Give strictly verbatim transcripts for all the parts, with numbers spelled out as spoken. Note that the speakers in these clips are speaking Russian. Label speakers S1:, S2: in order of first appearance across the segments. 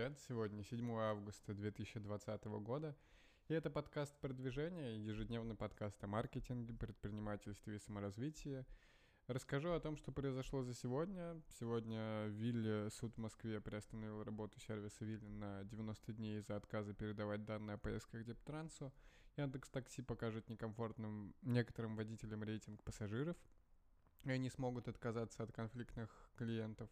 S1: привет! Сегодня седьмое августа две тысячи двадцатого года, и это подкаст «Продвижение», ежедневный подкаст о маркетинге, предпринимательстве и саморазвитии. Расскажу о том, что произошло за сегодня. Сегодня в Вилле суд в Москве приостановил работу сервиса Вилли на девяносто дней из-за отказа передавать данные о поездках Дептрансу. Яндекс.Такси покажет некомфортным некоторым водителям рейтинг пассажиров, и они смогут отказаться от конфликтных клиентов.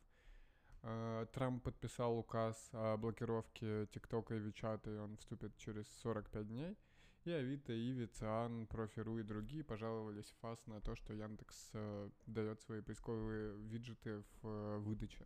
S1: Трамп подписал указ о блокировке ТикТока и Вичата, и он вступит через сорок пять дней. И Авито, Иви, Циан, Профи.ру и другие пожаловались в ФАС на то, что Яндекс э, дает свои поисковые виджеты в э, выдаче.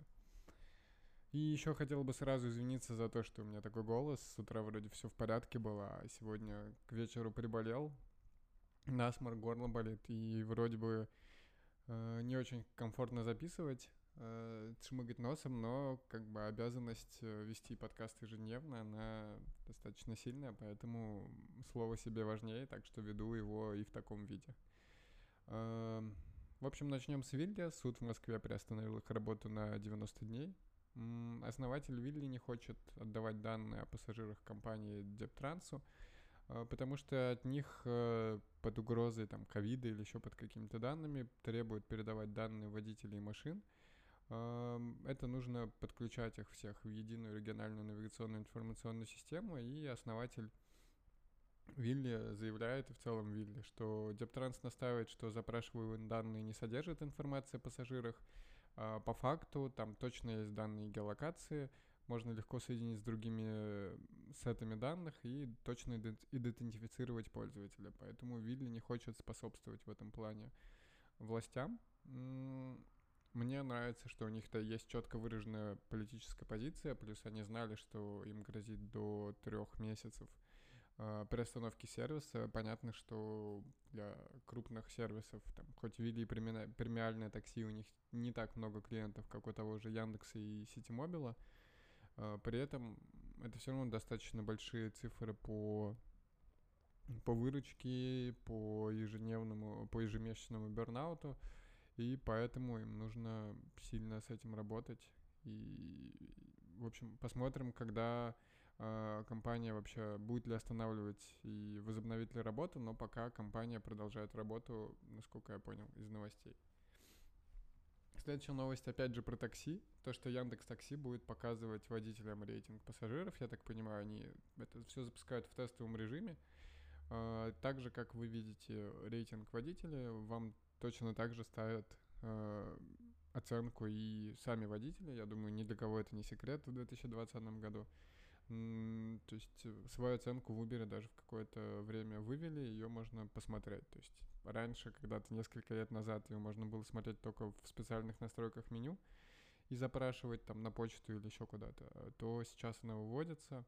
S1: И еще хотел бы сразу извиниться за то, что у меня такой голос. С утра вроде все в порядке было, а сегодня к вечеру приболел. Насморк, горло болит, и вроде бы э, не очень комфортно записывать, э, шмыгать носом, но как бы обязанность э, вести подкаст ежедневно, она достаточно сильная, поэтому слово себе важнее, так что веду его и в таком виде. Э, в общем, начнем с Вилли. Суд в Москве приостановил их работу на девяносто дней. М, Основатель Вилли не хочет отдавать данные о пассажирах компании Дептрансу, э, потому что от них э, под угрозой там ковида или еще под какими-то данными требуют передавать данные водителей и машин. Эм, Это нужно подключать их всех в единую региональную навигационную информационную систему, и основатель Вилли заявляет, и в целом Вилли, что Дептранс настаивает, что запрашиваемые данные не содержат информации о пассажирах. А по факту там точно есть данные геолокации, можно легко соединить с другими э, сетами данных и точно идент- идентифицировать пользователя. Поэтому Вилли не хочет способствовать в этом плане властям. М, Мне нравится, что у них-то есть четко выраженная политическая позиция, плюс они знали, что им грозит до трех месяцев э, приостановки сервиса. Понятно, что для крупных сервисов, там, хоть Вилли и премиальное, премиальное такси, у них не так много клиентов, как у того же Яндекса и Ситимобила. Э, при этом это все равно достаточно большие цифры по по выручке, по ежедневному, по ежемесячному бернауту, и поэтому им нужно сильно с этим работать. И, в общем, посмотрим, когда э, компания вообще будет ли останавливать и возобновить ли работу, но пока компания продолжает работу, насколько я понял из новостей. Следующая новость, опять же, про такси. То, что Яндекс.Такси будет показывать водителям рейтинг пассажиров. Я так понимаю, они это все запускают в тестовом режиме. А, Так же, как вы видите рейтинг водителя, вам точно так же ставят э, оценку и сами водители. Я думаю, ни для кого это не секрет в две тысячи двадцатом году. М, То есть э, свою оценку в Uber даже в какое-то время вывели, ее можно посмотреть. То есть раньше, когда-то несколько лет назад, ее можно было смотреть только в специальных настройках меню и запрашивать там на почту или еще куда-то, а то сейчас она выводится.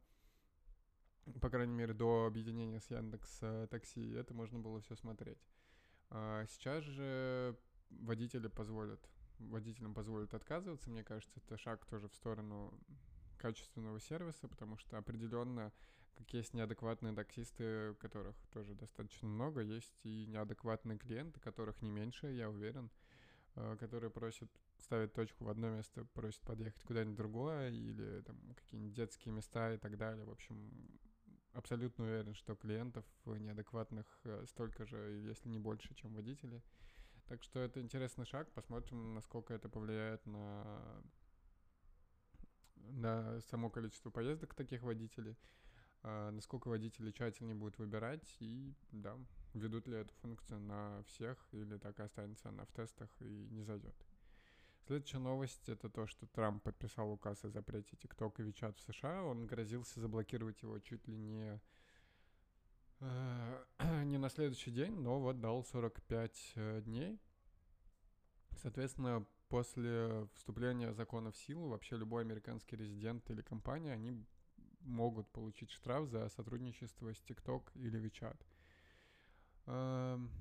S1: По крайней мере, до объединения с Яндекс э, Такси это можно было все смотреть. А сейчас же водители позволят, водителям позволят отказываться. Мне кажется, это шаг тоже в сторону качественного сервиса, потому что определенно, как есть неадекватные таксисты, которых тоже достаточно много, есть и неадекватные клиенты, которых не меньше, я уверен, э, которые просят ставить точку в одно место, просят подъехать куда-нибудь другое, или там какие-нибудь детские места и так далее. В общем, абсолютно уверен, что клиентов неадекватных э, столько же, если не больше, чем водителей. Так что это интересный шаг. Посмотрим, насколько это повлияет на, на само количество поездок таких водителей, а, насколько водители тщательнее будут выбирать и, да, ведут ли эту функцию на всех или так и останется она в тестах и не зайдет. Следующая новость — это то, что Трамп подписал указ о запрете ТикТок и Вичат в США. Он грозился заблокировать его чуть ли не э, не на следующий день, но вот дал сорок пять э, дней. Соответственно, после вступления закона в силу вообще любой американский резидент или компания, они могут получить штраф за сотрудничество с TikTok или WeChat. Эм,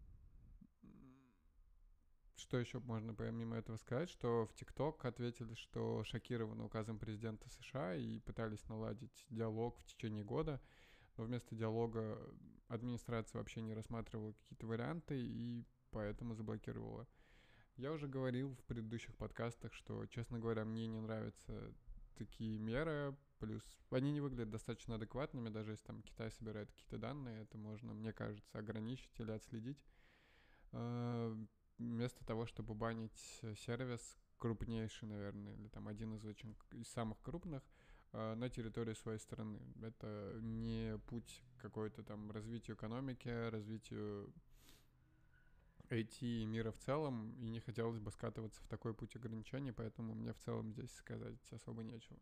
S1: Что еще можно помимо этого сказать, что в TikTok ответили, что шокированы указом президента США и пытались наладить диалог в течение года, но вместо диалога администрация вообще не рассматривала какие-то варианты и поэтому заблокировала. Я уже говорил в предыдущих подкастах, что, честно говоря, мне не нравится такие меры, плюс они не выглядят достаточно адекватными, даже если там Китай собирает какие-то данные, это можно, мне кажется, ограничить или отследить. Э, Вместо того, чтобы банить сервис крупнейший, наверное, или там один из очень из самых крупных э, на территории своей страны. Это не путь какой-то там развитию экономики, развитию ай ти и мира в целом, и не хотелось бы скатываться в такой путь ограничений, поэтому мне в целом здесь сказать особо нечего.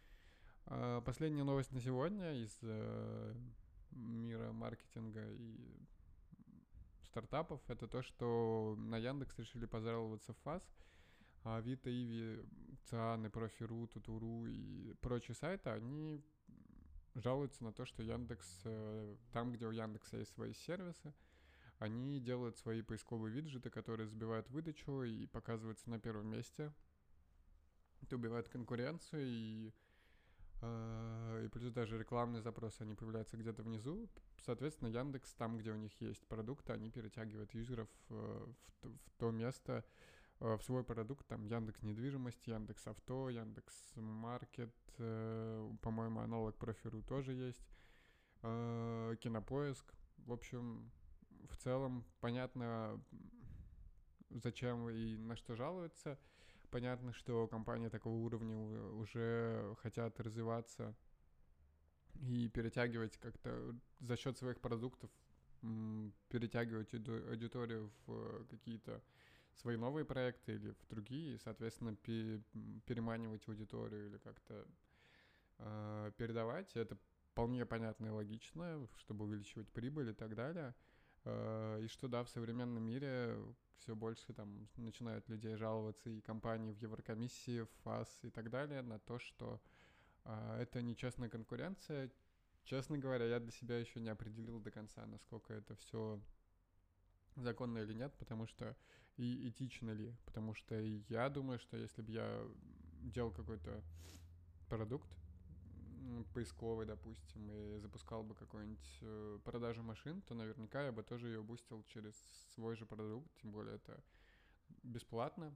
S1: А последняя новость на сегодня из э, мира маркетинга и стартапов — это то, что на Яндекс решили пожаловаться в ФАС, а Авито, Иви, Циан, Профи.ру, Тутуру и прочие сайты, они жалуются на то, что Яндекс, э, там, где у Яндекса есть свои сервисы, они делают свои поисковые виджеты, которые забивают выдачу и показываются на первом месте. Это убивает конкуренцию, и, э, и плюс даже рекламные запросы, они появляются где-то внизу. Соответственно, Яндекс, там, где у них есть продукты, они перетягивают юзеров э, в, в то место, э, в свой продукт. Там Яндекс недвижимость, Яндекс авто, Яндекс маркет, э, по-моему, аналог Профи.ру тоже есть, э, Кинопоиск. В общем, в целом понятно, зачем и на что жалуются. Понятно, что компании такого уровня уже хотят развиваться и перетягивать как-то за счет своих продуктов, перетягивать аудиторию в какие-то свои новые проекты или в другие, и, соответственно, переманивать аудиторию или как-то э, передавать. Это вполне понятно и логично, чтобы увеличивать прибыль и так далее. И что, да, в современном мире все больше там начинают людей жаловаться, и компании в Еврокомиссии, в ФАС и так далее, на то, что а, это нечестная конкуренция. Честно говоря, я для себя еще не определил до конца, насколько это все законно или нет, потому что и этично ли. Потому что я думаю, что если бы я делал какой-то продукт, поисковый, допустим, и запускал бы какую-нибудь э, продажу машин, то наверняка я бы тоже ее бустил через свой же продукт, тем более это бесплатно.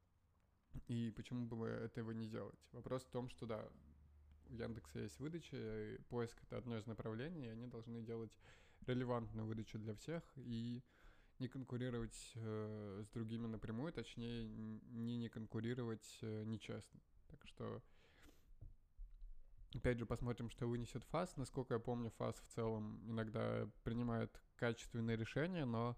S1: И почему бы этого не делать? Вопрос в том, что да, у Яндекса есть выдача, и поиск — это одно из направлений, и они должны делать релевантную выдачу для всех и не конкурировать э, с другими напрямую, точнее, не не конкурировать э, нечестно. Так что опять же, посмотрим, что вынесет ФАС. Насколько я помню, ФАС в целом иногда принимает качественные решения, но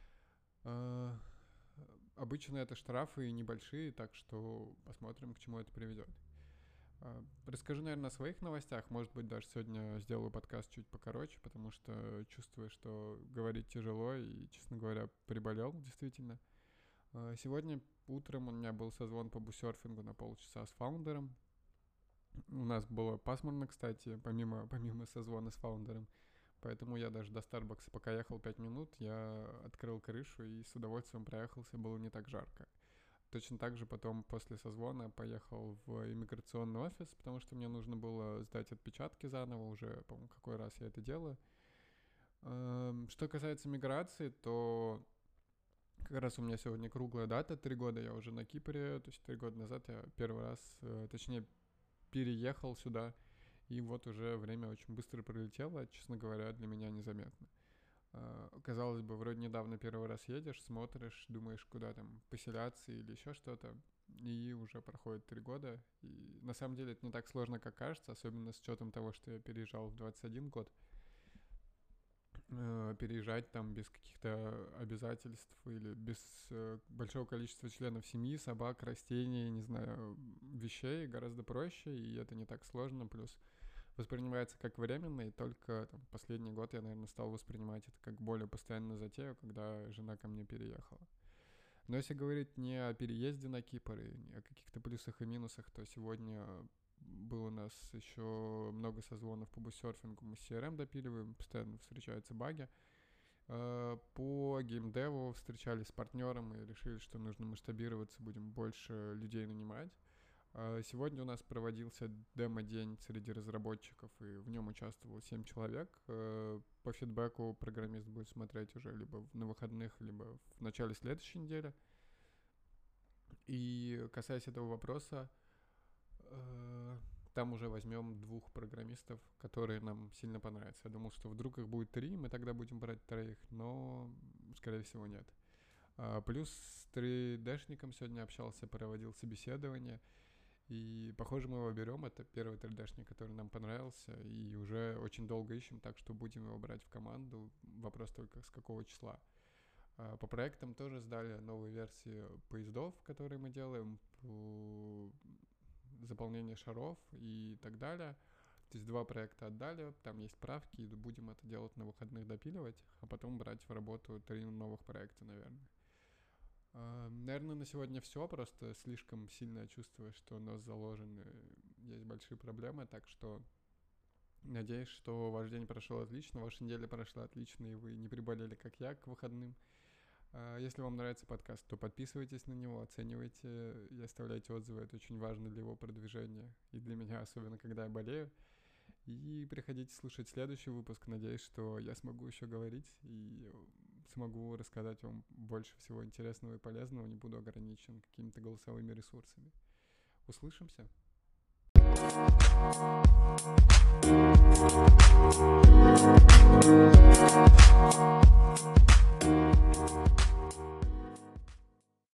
S1: э, обычно это штрафы небольшие, так что посмотрим, к чему это приведет. Э, расскажу, наверное, о своих новостях. Может быть, даже сегодня сделаю подкаст чуть покороче, потому что чувствую, что говорить тяжело и, честно говоря, приболел действительно. Э, сегодня утром у меня был созвон по бусерфингу на полчаса с фаундером. У нас было пасмурно, кстати, помимо, помимо созвона с фаундером. Поэтому я даже до Старбакса, пока ехал пять минут, я открыл крышу и с удовольствием проехался, было не так жарко. Точно так же потом после созвона поехал в иммиграционный офис, потому что мне нужно было сдать отпечатки заново, уже, по-моему, какой раз я это делаю. Что касается миграции, то как раз у меня сегодня круглая дата, три года я уже на Кипре, то есть три года назад я первый раз, точнее, переехал сюда, и вот уже время очень быстро пролетело, честно говоря, для меня незаметно. Казалось бы, вроде недавно первый раз едешь, смотришь, думаешь, куда там поселяться или еще что-то, и уже проходит три года. И на самом деле это не так сложно, как кажется, особенно с учетом того, что я переезжал в двадцать один год. Переезжать там без каких-то обязательств или без большого количества членов семьи, собак, растений, не знаю, вещей гораздо проще, и это не так сложно, плюс воспринимается как временно, и только там, последний год я, наверное, стал воспринимать это как более постоянную затею, когда жена ко мне переехала. Но если говорить не о переезде на Кипр и не о каких-то плюсах и минусах, то сегодня было у нас еще много созвонов по бусерфингу, мы си эр эм допиливаем, постоянно встречаются баги. По геймдеву встречались с партнером и решили, что нужно масштабироваться, будем больше людей нанимать. Сегодня у нас проводился демо-день среди разработчиков, и в нем участвовало семь человек. По фидбэку программист будет смотреть уже либо на выходных, либо в начале следующей недели. И касаясь этого вопроса, там уже возьмем двух программистов, которые нам сильно понравятся. Я думал, что вдруг их будет три, мы тогда будем брать троих, но, скорее всего, нет. А, плюс с три дэ-шником сегодня общался, проводил собеседование, и, похоже, мы его берем. Это первый три дэ-шник, который нам понравился, и уже очень долго ищем, так что будем его брать в команду. Вопрос только с какого числа. А, по проектам тоже сдали новые версии поездов, которые мы делаем, заполнение шаров и так далее. То есть два проекта отдали, там есть правки, и будем это делать на выходных, допиливать, а потом брать в работу три новых проекта, наверное. Наверное, на сегодня все, просто слишком сильно я чувствую, что у нас заложены, есть большие проблемы, так что надеюсь, что ваш день прошел отлично, ваша неделя прошла отлично, и вы не приболели, как я, к выходным. Если вам нравится подкаст, то подписывайтесь на него, оценивайте и оставляйте отзывы, это очень важно для его продвижения, и для меня, особенно когда я болею. И приходите слушать следующий выпуск, надеюсь, что я смогу еще говорить и смогу рассказать вам больше всего интересного и полезного, не буду ограничен какими-то голосовыми ресурсами. Услышимся!